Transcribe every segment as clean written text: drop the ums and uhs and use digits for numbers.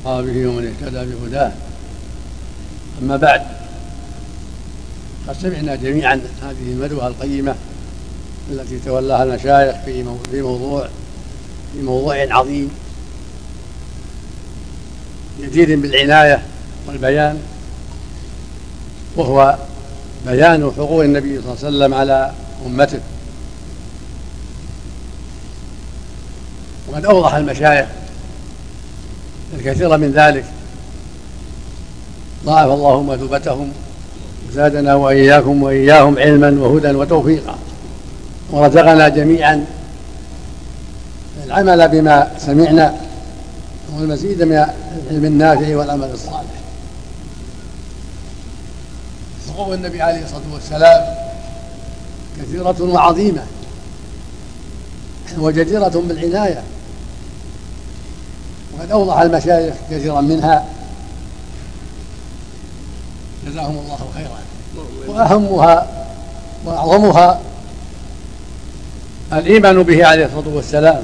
وأصحابه ومن اهتدى بهداه. أما بعد، قد سمعنا جميعا هذه المدوة القيمة التي تولاها المشايخ في موضوع عظيم جدير بالعناية والبيان، وهو بيان حقوق النبي صلى الله عليه وسلم على أمته. وقد أوضح المشايخ الكثير من ذلك، ضاعف الله مثوبتهم وزادنا وإياكم وإياهم علما وهدى وتوفيقا، ورزقنا جميعا العمل بما سمعنا والمزيد من العلم النافع والعمل الصالح. حقوق النبي عليه الصلاة والسلام كثيرة وعظيمة وجديرة بالعناية، وقد أوضح المشايخ كثيرا منها جزاهم الله خيرا. وأهمها وأعظمها الإيمان به عليه الصلاة والسلام،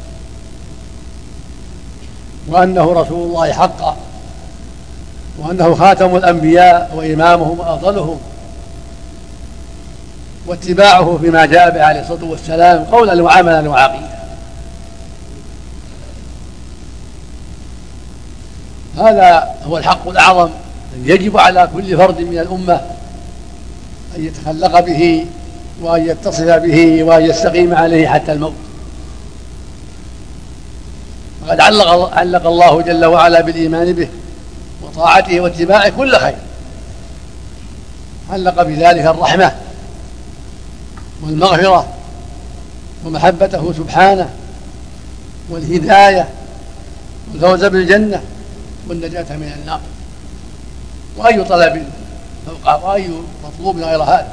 وأنه رسول الله حقا، وأنه خاتم الأنبياء وإمامهم وأفضلهم، واتباعه فيما جاء به عليه الصلاة والسلام قولا وعملا وعقيدة. هذا هو الحق الأعظم الذي يجب على كل فرد من الأمة أن يتخلق به وأن يتصف به وأن يستقيم عليه حتى الموت. وقد علق الله جل وعلا بالإيمان به وطاعته واتباعه كل خير، علق بذلك الرحمة والمغفرة ومحبته سبحانه والهداية والفوز بالجنة والنجاة من النار. وأي طلب فوق وأي مطلوب غير هذا؟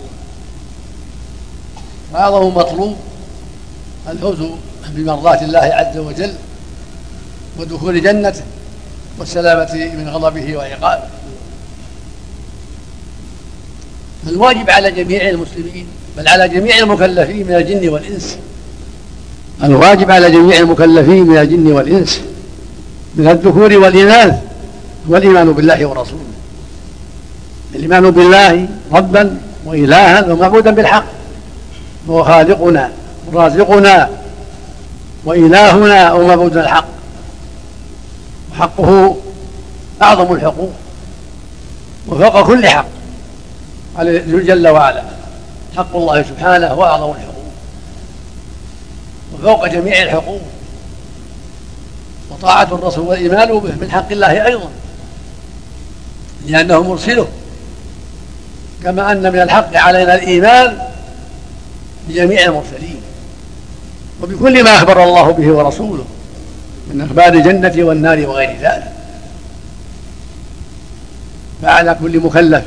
فأعظم مطلوب الفوز بمرضاة الله عز وجل ودخول جنته والسلامة من غضبه وعقابه. الواجب على جميع المسلمين، بل على جميع المكلفين من الجن والإنس، الواجب على جميع المكلفين من الجن والإنس من الذكور والإناث هو الإيمان بالله ورسوله. الإيمان بالله ربا وإلها ومعبودا بالحق، هو خالقنا ورازقنا وإلهنا ومعبود الحق، وحقه أعظم الحقوق وفوق كل حق عليه جل وعلا. حق الله سبحانه هو أعظم الحقوق وفوق جميع الحقوق، وطاعة الرسول والإيمان به من حق الله أيضا لأنه مرسله، كما أن من الحق علينا الإيمان بجميع المرسلين وبكل ما أخبر الله به ورسوله من أخبار الجنة والنار وغير ذلك. فعلى كل مكلف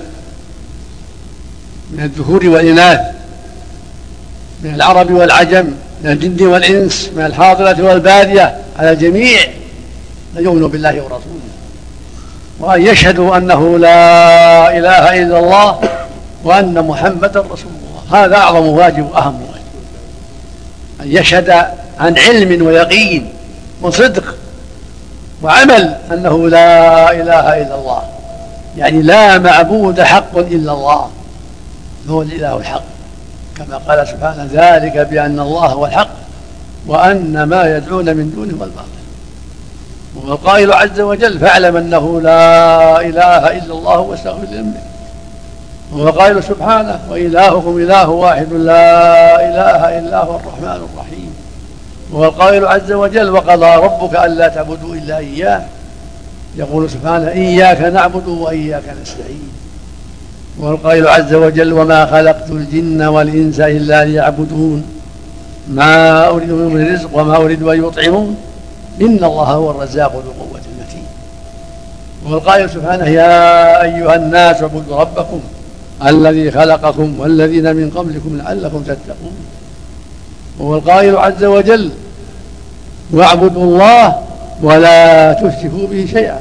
من الذكور والإناث، من العرب والعجم، من الجن والإنس، من الحاضرة والبادية، على الجميع أن يؤمنوا بالله ورسوله وأن يشهدوا أنه لا إله إلا الله وأن محمدا رسول الله. هذا أعظم واجب وأهم واجب، أن يشهد عن علم ويقين وصدق وعمل أنه لا إله إلا الله، يعني لا معبود حق إلا الله، هو الإله الحق، كما قال سبحانه ذلك بأن الله هو الحق وأن ما يدعون من دونه هو الباطل. والقائل عز وجل فاعلم أنه لا إله إلا الله واستغفر لذنبك. وقائل سبحانه وإلهكم إله واحد لا إله إلا هو الرحمن الرحيم. والقائل عز وجل وقضى ربك ألا تعبدوا إلا إياه. يقول سبحانه إياك نعبد وإياك نستعين. والقائل عز وجل وما خلقت الجن والإنس إلا ليعبدون ما أريد من رزق وما أريد أن يطعمون إن الله هو الرزاق ذو القوة المتين. والقائل سبحانه يا أيها الناس اعبدوا ربكم الذي خلقكم والذين من قبلكم لعلكم تتقون. والقائل عز وجل واعبدوا الله ولا تشركوا به شيئا.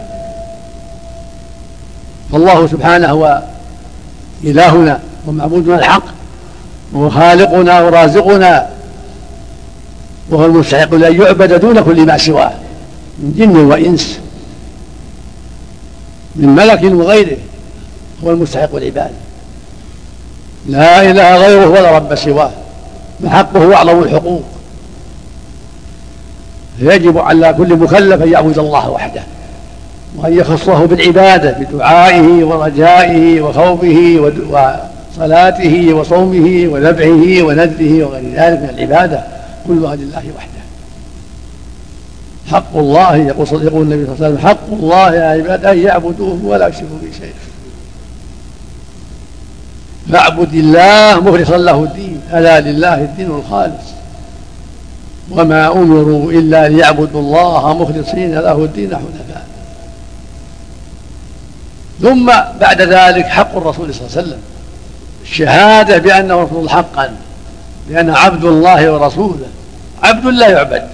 فالله سبحانه هو إلهنا ومعبودنا الحق وهو خالقنا ورازقنا، وهو المستحق لأن يعبد دون كل ما سواه من جن وإنس من ملك وغيره هو المستحق العبادة، لا إله غيره ولا رب سواه، فحقه أعظم الحقوق. فيجب على كل مكلف أن يعبد الله وحده، وأن يخصه بالعبادة بدعائه ورجائه وخوفه وصلاته وصومه وذبحه ونذره وغير ذلك من العبادة كلها لله وحده. حق الله يقول النبي صلى الله عليه وسلم: حق الله يا عباد أن يعبدوه ولا يشركوا به شيئا. فاعبد الله مخلصا له الدين، ألا لله الدين الخالص، وما أمروا إلا ليعبدوا الله مخلصين له الدين حنفاء. ثم بعد ذلك حق الرسول صلى الله عليه وسلم، الشهادة بأنه رسول حقا، بأنه عبد الله ورسوله، عبد لا يعبد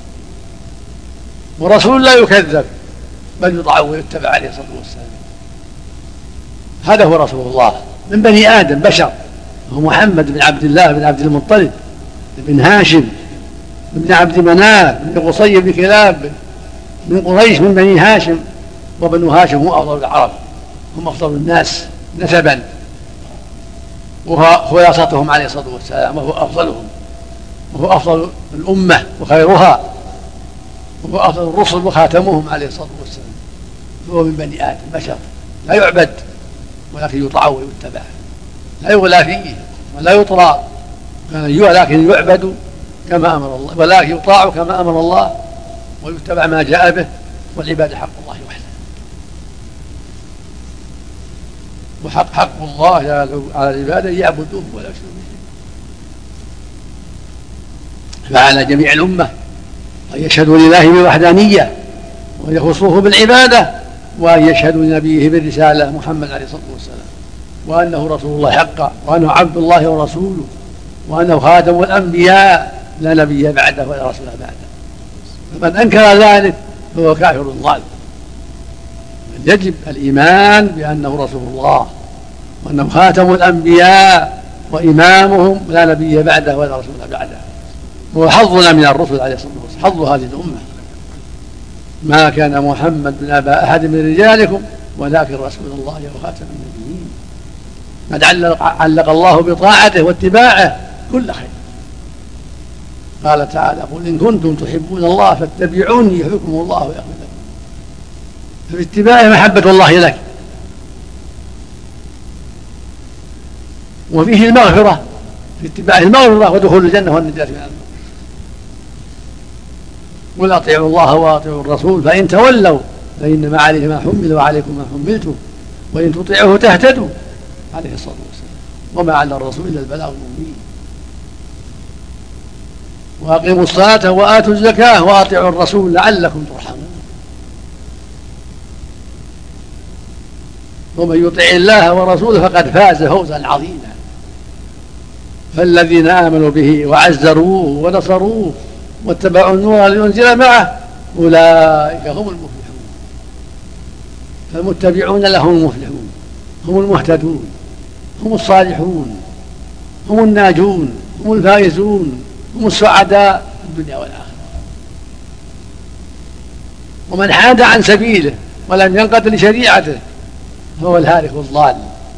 ورسول لا يكذب بل يطاع ويتبع عليه الصلاة والسلام. هذا هو رسول الله من بني آدم بشر، هو محمد بن عبد الله بن عبد المطلب بن هاشم بن عبد مناف بن قصي بن كلاب من قريش من بني هاشم، وبنو هاشم هم أفضل العرب، هم أفضل الناس نسبا وخلاصتهم عليه الصلاة والسلام، وهو أفضلهم، وهو أفضل الأمة وخيرها، وهو أفضل الرسل وخاتمهم عليه الصلاة والسلام. هو من بني آدم بشر لا يعبد ولكن يطاع ويتبع، لا يغلى فيه ولا يطرى، ولكن يعبد كما أمر الله، ولكن يطاع كما أمر الله ويتبع ما جاء به، والعبادة حق الله وحده. وحق الله على العبادة يعبدوه ولا يشركوا به. فعلى جميع الأمة أن يشهدوا لله بالوحدانية وأن يخصوه بالعبادة، وأن يشهدوا لنبيه بالرسالة محمد عليه الصلاة والسلام، وأنه رسول الله حقا، وأنه عبد الله ورسوله، وأنه خاتم الأنبياء لا نبي بعده ولا رسول بعده. فمن أنكر ذلك فهو كافر ضال. يجب الإيمان بأنه رسول الله، وأنه خاتم الأنبياء وإمامهم لا نبي بعده ولا رسول بعده، وهو حظنا من الرسل عليه الصلاة والسلام، حظ هذه الأمة. ما كان محمد بن أبا أحد من رجالكم ولكن رسول الله وخاتم النبيين. قد علق الله بطاعته واتباعه كل خير. قال تعالى: قل إن كنتم تحبون الله فاتبعوني يحببكم الله ويغفر لكم. ففي اتباعه محبة الله لك، وفيه المغفرة، في اتباعه المغفرة ودخول الجنة والنجاة من النار. قل أطيعوا الله وأطيعوا الرسول فإن تولوا فإنما عليه ما حمل وعليكم ما حملتم وإن تطيعوه تهتدوا عليه الصلاة والسلام، وما على الرسول إلا البلاغ المبين. وأقيموا الصلاة وآتوا الزكاة وأطيعوا الرسول لعلكم ترحمون. ومن يطع الله ورسوله فقد فاز فوزا عظيما. فالذين آمنوا به وعزروه ونصروه واتبعوا النور الذي أنزل معه أولئك هم المفلحون. فالمتبعون لهم المفلحون، هم المهتدون، هم الصالحون، هم الناجون، هم الفائزون، هم السعداء في الدنيا والآخرة. ومن حاد عن سبيله ولم ينقد لشريعته فهو الهالك الضال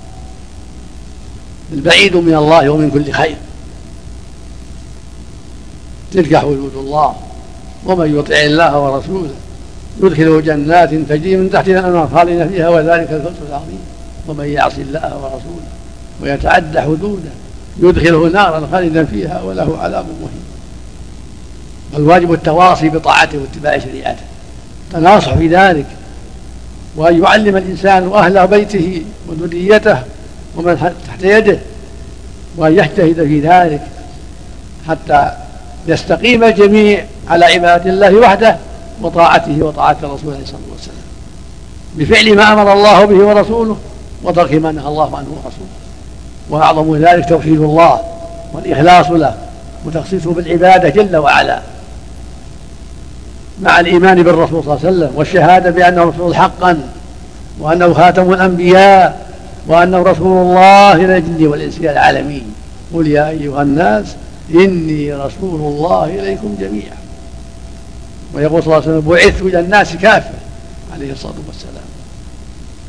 البعيد من الله ومن كل خير. تلك حدود الله، ومن يطع الله ورسوله يدخله جنات تجري من تحتها الأنهار خالدين فيها وذلك الفوز العظيم. ومن يعص الله ورسوله ويتعدى حدوده يدخله نارا خالدا فيها وله عذاب مهين. الواجب التواصي بطاعته واتباع شريعته، تناصح في ذلك، وأن يعلم الإنسان أهل بيته وذريته ومن تحت يده، وأن يجتهد في ذلك حتى يستقيم الجميع على عبادة الله وحده وطاعته وطاعة الرسول عليه الصلاة والسلام، بفعل ما أمر الله به ورسوله وترك ما نهى الله عنه ورسوله. وأعظم ذلك توحيد الله والإخلاص له وتخصيصه بالعبادة جل وعلا، مع الإيمان بالرسول صلى الله عليه وسلم والشهادة بأنه رسول حقا، وأنه خاتم الأنبياء، وأنه رسول الله إلى الجن والإنس العالمين. قل يا أيها الناس إني رسول الله إليكم جميعا. ويقول صلى الله عليه وسلم: بعثت إلى الناس كافة عليه الصلاة والسلام.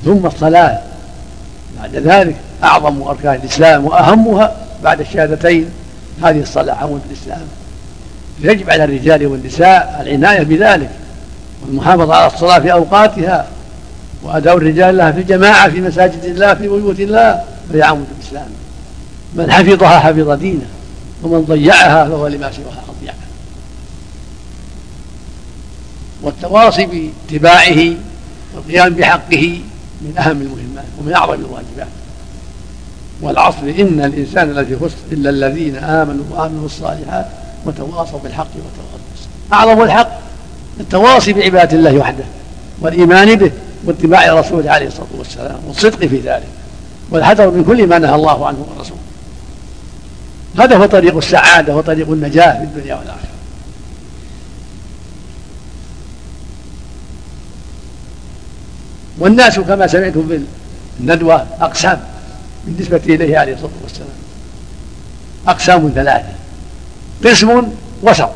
ثم الصلاة بعد ذلك أعظم أركان الإسلام وأهمها بعد الشهادتين هذه الصلاة عمود الإسلام. يجب على الرجال والنساء العناية بذلك والمحافظة على الصلاة في أوقاتها وأداء الرجال لها في الجماعة في مساجد الله في بيوت الله، فهي عمود الإسلام. من حفظها حفظ دينه ومن ضيعها فهو لما سواها أضيع. والتواصي باتباعه والقيام بحقه من أهم المهمات ومن أعظم الواجبات. والعصر إن الإنسان الذي خسر إلا الذين آمنوا وعملوا الصالحات وتواصوا بالحق وتواصوا بالصبر. أعظم الحق التواصي بعبادة الله وحده والإيمان به واتباع رسوله عليه الصلاة والسلام والصدق في ذلك والحذر من كل ما نهى الله عنه ورسوله. هذا هو طريق السعادة وطريق النجاة في الدنيا والآخرة. والناس كما سمعتم في الندوة أقسام بالنسبة إليه عليه الصلاة والسلام، أقسام ثلاثة: قسم وسط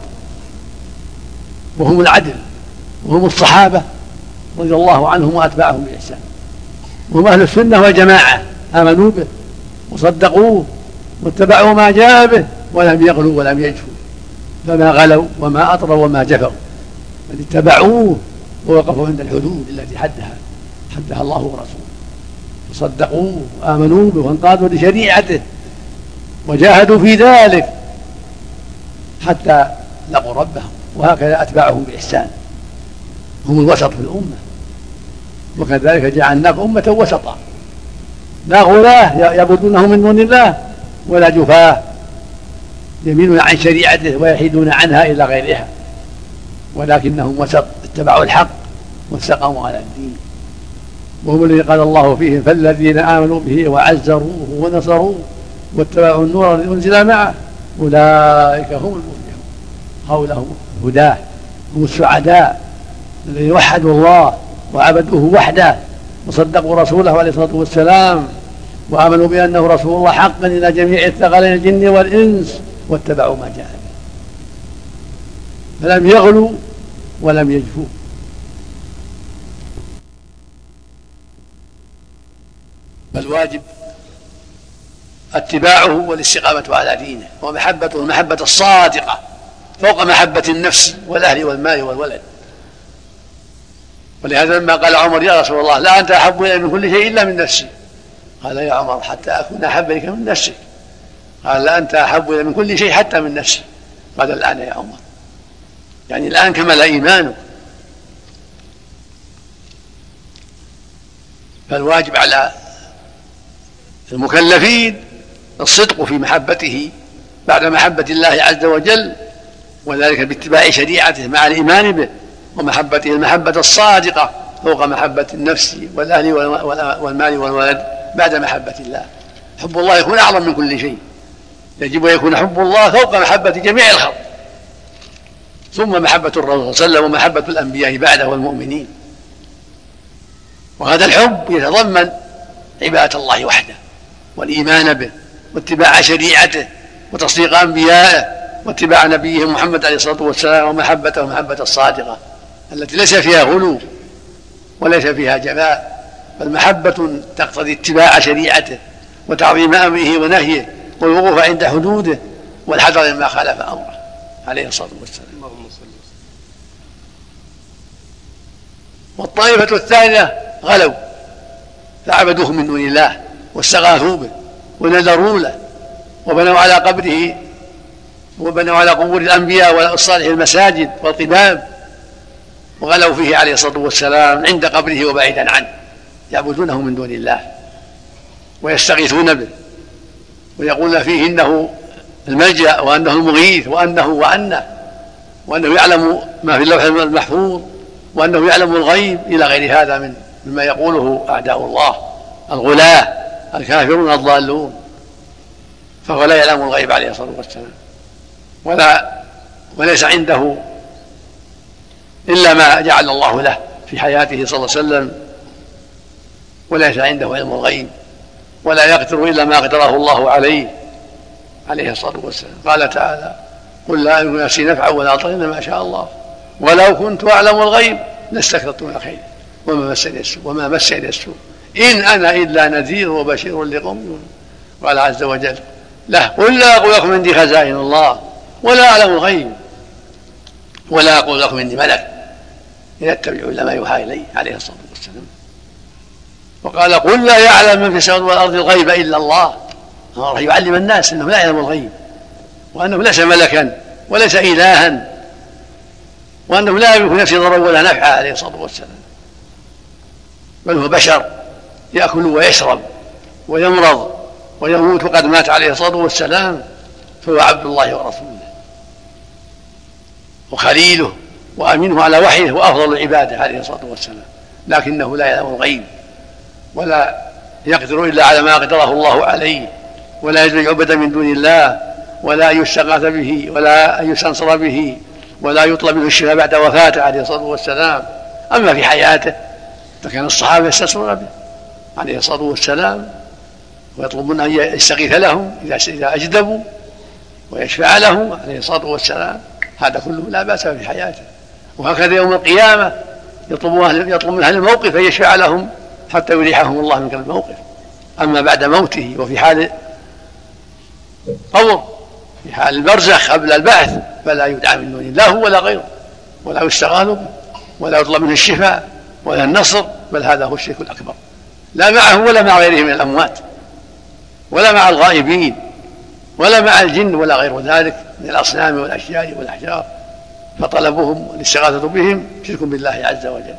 وهم العدل وهم الصحابة رضي الله عنهم وأتباعهم بإحسان، وهم أهل السنة والجماعة آمنوا به وصدقوه واتبعوا ما جاء به ولم يغلوا ولم يجفوا، فما غلوا وما أطروا وما جفوا، بل اتبعوه ووقفوا عند الحدود التي حدها الله ورسوله وصدقوه وآمنوا به وانقادوا لشريعته وجاهدوا في ذلك حتى لقوا ربهم. وهكذا أتباعهم بإحسان هم الوسط في الأمة. وكذلك جعلناكم أمة وسطا لا غلاة يعبدونه من دون الله ولا جفاه يميلون عن شريعته ويحيدون عنها إلى غيرها، ولكنهم وسط اتبعوا الحق واستقاموا على الدين. وهم الذي قال الله فيهم: فالذين آمنوا به وعزروه ونصروه واتبعوا النور الذي أنزل معه أولئك هم المفلحون. هؤلاء هم الهداة هم السعداء الذين وحدوا الله وعبدوه وحده وصدقوا رسوله عليه الصلاة والسلام وآمنوا بأنه رسول الله حقا إلى جميع الثقلين الجن والإنس واتبعوا ما جاء به، فلم يغلوا ولم يجفوا. فالواجب اتباعه والاستقامة على دينه ومحبته المحبة الصادقة فوق محبة النفس والأهل والمال والولد. ولهذا لما قال عمر: يا رسول الله لا أنت أحب إلي من كل شيء إلا من نفسي، قال: يا عمر حتى أكون أحب إليك من نفسك. قال: لا أنت أحب إلي من كل شيء حتى من نفسي. قال: الآن يا عمر، يعني الآن كمل إيمانك. فالواجب على المكلفين الصدق في محبته بعد محبة الله عز وجل، وذلك باتباع شريعته مع الإيمان به ومحبته المحبة الصادقة فوق محبة النفس والأهل والمال والولد بعد محبة الله. حب الله يكون أعظم من كل شيء، يجب أن يكون حب الله فوق محبة جميع الخلق، ثم محبة الرسول صلى الله عليه وسلم ومحبة الأنبياء بعده والمؤمنين. وهذا الحب يتضمن عبادة الله وحده والإيمان به واتباع شريعته وتصديق أنبيائه واتباع نبيه محمد عليه الصلاة والسلام ومحبته المحبة الصادقة التي ليس فيها غلو وليس فيها جفاء، بل محبة تقتضي اتباع شريعته وتعظيم أمره ونهيه والوقوف عند حدوده والحذر مما خالف أمره عليه الصلاة والسلام. والطائفة الثانية غلوا فعبدوه من دون الله واستغاثوا به ونذروا له وبنوا على قبره وبنوا على قبور الأنبياء والصالحين المساجد والقباب، وغلوا فيه عليه الصلاة والسلام عند قبره وبعيدا عنه، يعبدونه من دون الله ويستغيثون به ويقولون فيه إنه الملجأ وأنه المغيث وأنه يعلم ما في اللوح المحفوظ وأنه يعلم الغيب إلى غير هذا مما يقوله أعداء الله الغلاة الكافرون الضالون. فهو لا يعلم الغيب عليه الصلاة والسلام وليس عنده إلا ما جعل الله له في حياته صلى الله عليه وسلم، وليس عنده علم الغيب ولا يقدر إلا ما قدره الله عليه الصلاة والسلام. قال تعالى: قل لا أملك نفسي نفعا ولا ضرا إلا ما شاء الله ولو كنت أعلم الغيب لاستكثرت من الخير وما مسني السوء إن أنا إلا نذير وبشير لقوم يؤمنون. قال عز وجل له قل لا أقول لكم عندي خزائن الله ولا أعلم الغيب ولا أقول لكم إني ملك إن أتبع إلا ما يوحى إلي عليه الصلاة والسلام. وقال قل لا يعلم من في السماوات والأرض الغيب إلا الله. الله يعلم الناس أنه لا يعلم الغيب وأنه ليس ملكا وليس إلها وأنه لا يملك نفسه ضرا ولا نفعا عليه الصلاة والسلام، بل هو بشر يأكل ويشرب ويمرض ويموت وقد مات عليه الصلاة والسلام، فهو عبد الله ورسوله وخليله وأمينه على وحيه وأفضل العباده عليه الصلاة والسلام، لكنه لا يعلم الغيب ولا يقدر إلا على ما قدره الله عليه، ولا يجوز يعبد من دون الله ولا يستغاث به ولا يستنصر به ولا يطلب منه الشفاء بعد وفاته عليه الصلاة والسلام. أما في حياته فكان الصحابة يستنصرون به عليه الصلاة والسلام ويطلبون أن يستغيث لهم إذا أجدبوا ويشفع لهم عليه الصلاة والسلام. هذا كله لا بأس في حياته. وهكذا يوم القيامة يطلب من أهل الموقف أن يشفع لهم حتى يريحهم الله من كل الموقف. أما بعد موته وفي حال قبر في حال البرزخ قبل البعث فلا يدعى من دون الله ولا غيره ولا يستغاث به ولا يطلب منه الشفاء ولا النصر، بل هذا هو الشرك الأكبر، لا معه ولا مع غيره من الأموات ولا مع الغائبين ولا مع الجن ولا غير ذلك من الأصنام والأشجار والأحجار، فطلبهم والاستغاثة بهم شرك بالله عز وجل.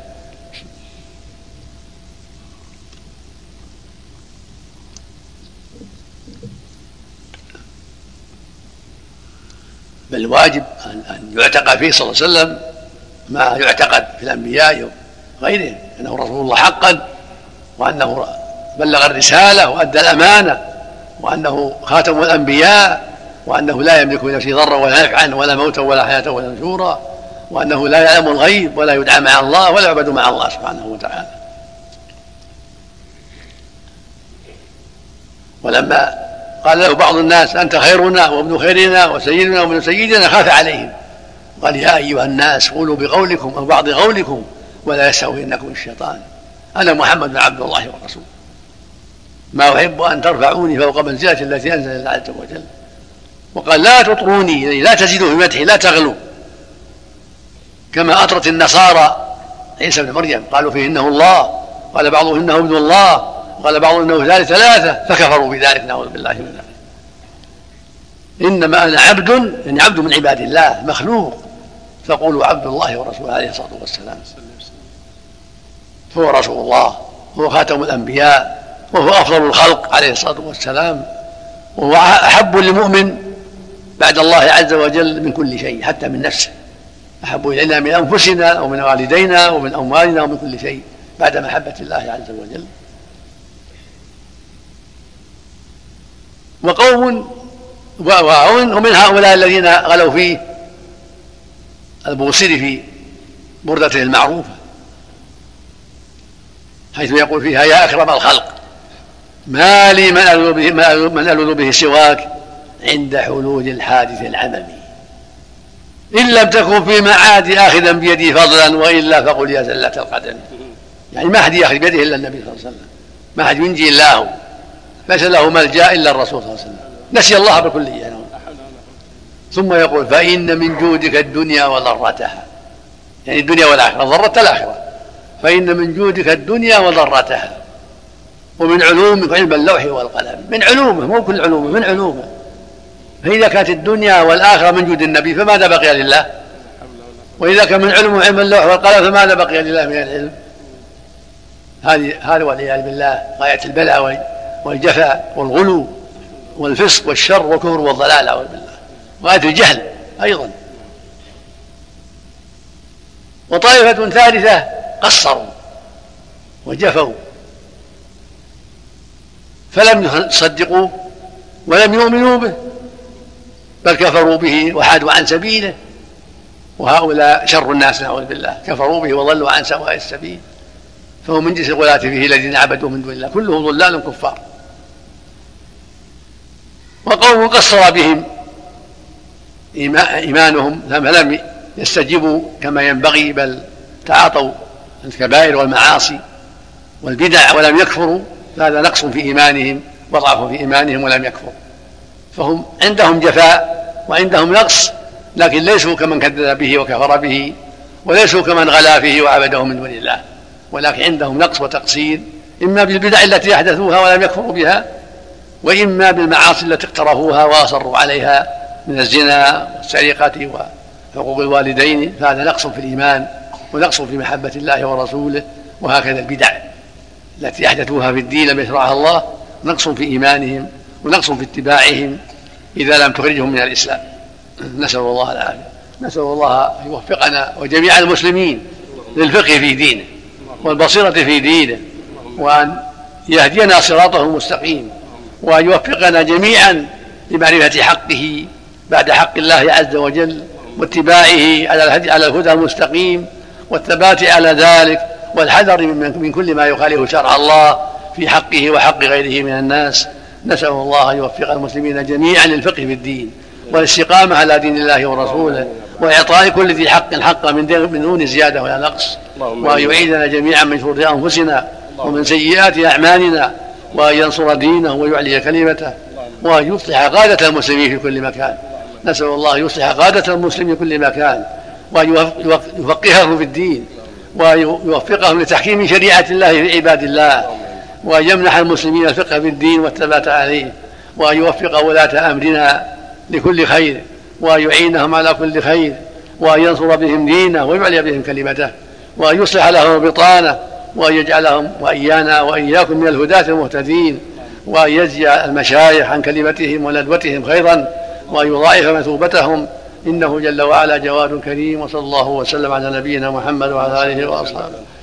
بل الواجب أن يعتقد فيه صلى الله عليه وسلم ما يعتقد في الأنبياء وغيرهم، أنه رسول الله حقا وأنه بلغ الرسالة وأدى الأمانة وأنه خاتم الأنبياء وأنه لا يملك لنفسه ضرا ولا نفعا ولا موتا ولا حياة ولا نشورا وأنه لا يعلم الغيب ولا يدعى مع الله ولا يعبد مع الله سبحانه وتعالى. ولما قال له بعض الناس أنت خيرنا وابن خيرنا وسيدنا وابن سيدنا خاف عليهم قال يا أيها الناس قولوا بقولكم أو بعض قولكم ولا يستهوينكم الشيطان، أنا محمد بن عبد الله ورسوله ما أحب أن ترفعوني فوق منزلة التي أنزل الله عز وجل. وقال لا تطروني يعني لا تزيدوا في مدحي لا تغلوا كما أطرت النصارى عيسى بن مريم قالوا فيه إنه الله، قال بعضهم إنه ابن الله، قال بعضهم إنه ثالث ثلاثة فكفروا بذلك نعوذ بالله من ذلك. إنما أنا عبد يعني عبد من عباد الله مخلوق، فقولوا عبد الله ورسوله عليه الصلاة والسلام. هو رسول الله هو خاتم الأنبياء وهو أفضل الخلق عليه الصلاة والسلام، وهو أحب للمؤمن بعد الله عز وجل من كل شيء حتى من نفسه، أحب إلينا من أنفسنا ومن والدينا ومن أموالنا ومن كل شيء بعد محبة الله عز وجل. وقوم ومن هؤلاء الذين غلوا فيه البوصيري في بردته المعروفة حيث يقول فيها يا أكرم الخلق ما لي من ألوذ به سواك عند حلول الحادث العممي إن لم تكن في معاد آخذا بيدي فضلا وإلا فقل يا زلة القدم. يعني ما أحد يأخذ بيده إلا النبي صلى الله عليه وسلم، ما أحد ينجي إلا هو، ليس له ملجأ إلا الرسول صلى الله عليه وسلم، نسي الله بكلية. ثم يقول فإن من جودك الدنيا وضرتها، يعني الدنيا والآخرة ضرة الآخرة، فإن من جودك الدنيا وضرتها ومن علومك علم اللوح والقلم، من علومه مو كل علومه من علومه. فإذا كانت الدنيا والآخرة من جود النبي فماذا بقي لله؟ وإذا كان من علمه علم اللوح والقلم فماذا بقي لله من العلم؟ هذا والعياذ بالله غاية البلاء والجفاء والغلو والفسق والشر والكفر والضلال أعوذ بالله، غاية الجهل أيضا. وطائفة ثالثة قصروا وجفوا فلم يصدقوه ولم يؤمنوا به بل كفروا به وحادوا عن سبيله، وهؤلاء شر الناس نعوذ بالله، كفروا به وضلوا عن سواء السبيل، فهم من جنس الغلاة فيه الذين عبدوا من دون الله كلهم ضلال كفار. وقوم قصر بهم إيمانهم لم يستجيبوا كما ينبغي بل تعاطوا الكبائر والمعاصي والبدع ولم يكفروا، فهذا نقص في إيمانهم وضعف في إيمانهم ولم يكفروا. فهم عندهم جفاء وعندهم نقص، لكن ليسوا كمن كذب به وكفر به، وليسوا كمن غلا فيه وعبده من دون الله، ولكن عندهم نقص وتقصير، إما بالبدع التي أحدثوها ولم يكفروا بها، وإما بالمعاصي التي اقترفوها وأصروا عليها من الزنا والسرقة وحقوق الوالدين، فهذا نقص في الإيمان ونقص في محبة الله ورسوله. وهكذا البدع التي أحدثوها في الدين لم يشرعها الله نقص في إيمانهم ونقص في اتباعهم إذا لم تخرجهم من الإسلام. نسأل الله العافية. نسأل الله أن يوفقنا وجميع المسلمين للفقه في دينه والبصيرة في دينه، وأن يهدينا صراطه المستقيم، وأن يوفقنا جميعا لمعرفة حقه بعد حق الله عز وجل، واتباعه على الهدى المستقيم، والثبات على ذلك، والحذر من كل ما يخالف شرع الله في حقه وحق غيره من الناس. نسأل الله أن يوفق المسلمين جميعا للفقه في الدين والاستقامة على دين الله ورسوله، وإعطاء كل ذي حق حقه من دون زيادة ولا نقص، وأن يعيذنا جميعا من شرور أنفسنا ومن سيئات أعمالنا، وأن ينصر دينه ويعلي كلمته، وأن يصلح قادة المسلمين في كل مكان. نسأل الله أن يصلح قادة المسلمين في كل مكان، وأن يفقههم في الدين، وأن يوفقهم لتحكيم شريعة الله في عباد الله، وأن يمنح المسلمين الفقه في الدين والثبات عليه، وأن يوفق ولاة أمرنا لكل خير، وأن يعينهم على كل خير، وأن ينصر بهم دينه ويعلي بهم كلمته، وأن يصلح لهم بطانه، وأن يجعلهم وإيانا وإياكم من الهداة المهتدين، وأن يجزي المشايخ عن كلمتهم وندوتهم خيرا، وأن يضاعف مثوبتهم، إنه جل وعلا جواد كريم. وصلى الله وسلم على نبينا محمد وعلى آله وأصحابه.